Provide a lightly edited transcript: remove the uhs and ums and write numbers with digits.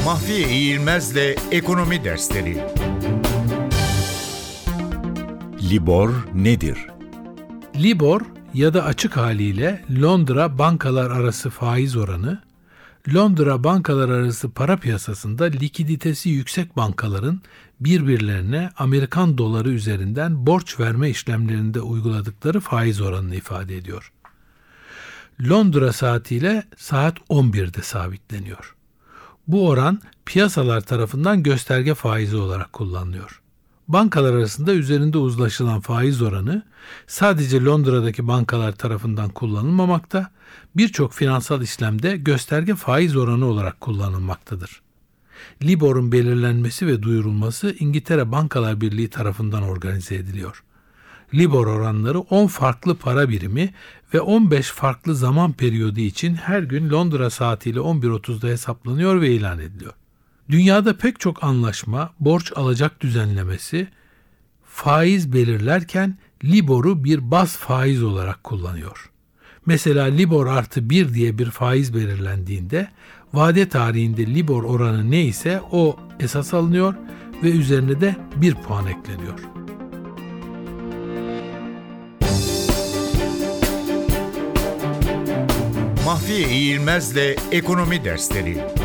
Mahfiye İğilmez'le Ekonomi Dersleri. Libor nedir? Libor ya da açık haliyle Londra bankalar arası faiz oranı, Londra bankalar arası para piyasasında likiditesi yüksek bankaların birbirlerine Amerikan doları üzerinden borç verme işlemlerinde uyguladıkları faiz oranını ifade ediyor. Londra saatiyle saat 11'de sabitleniyor. Bu oran piyasalar tarafından gösterge faizi olarak kullanılıyor. Bankalar arasında üzerinde uzlaşılan faiz oranı sadece Londra'daki bankalar tarafından kullanılmamakta, birçok finansal işlemde gösterge faiz oranı olarak kullanılmaktadır. Libor'un belirlenmesi ve duyurulması İngiltere Bankalar Birliği tarafından organize ediliyor. Libor oranları 10 farklı para birimi ve 15 farklı zaman periyodu için her gün Londra saatiyle 11.30'da hesaplanıyor ve ilan ediliyor. Dünyada pek çok anlaşma, borç alacak düzenlemesi faiz belirlerken Libor'u bir baz faiz olarak kullanıyor. Mesela Libor artı 1 diye bir faiz belirlendiğinde vade tarihinde Libor oranı neyse o esas alınıyor ve üzerine de 1 puan ekleniyor. Mahfiye İğilmez'le Ekonomi Dersleri.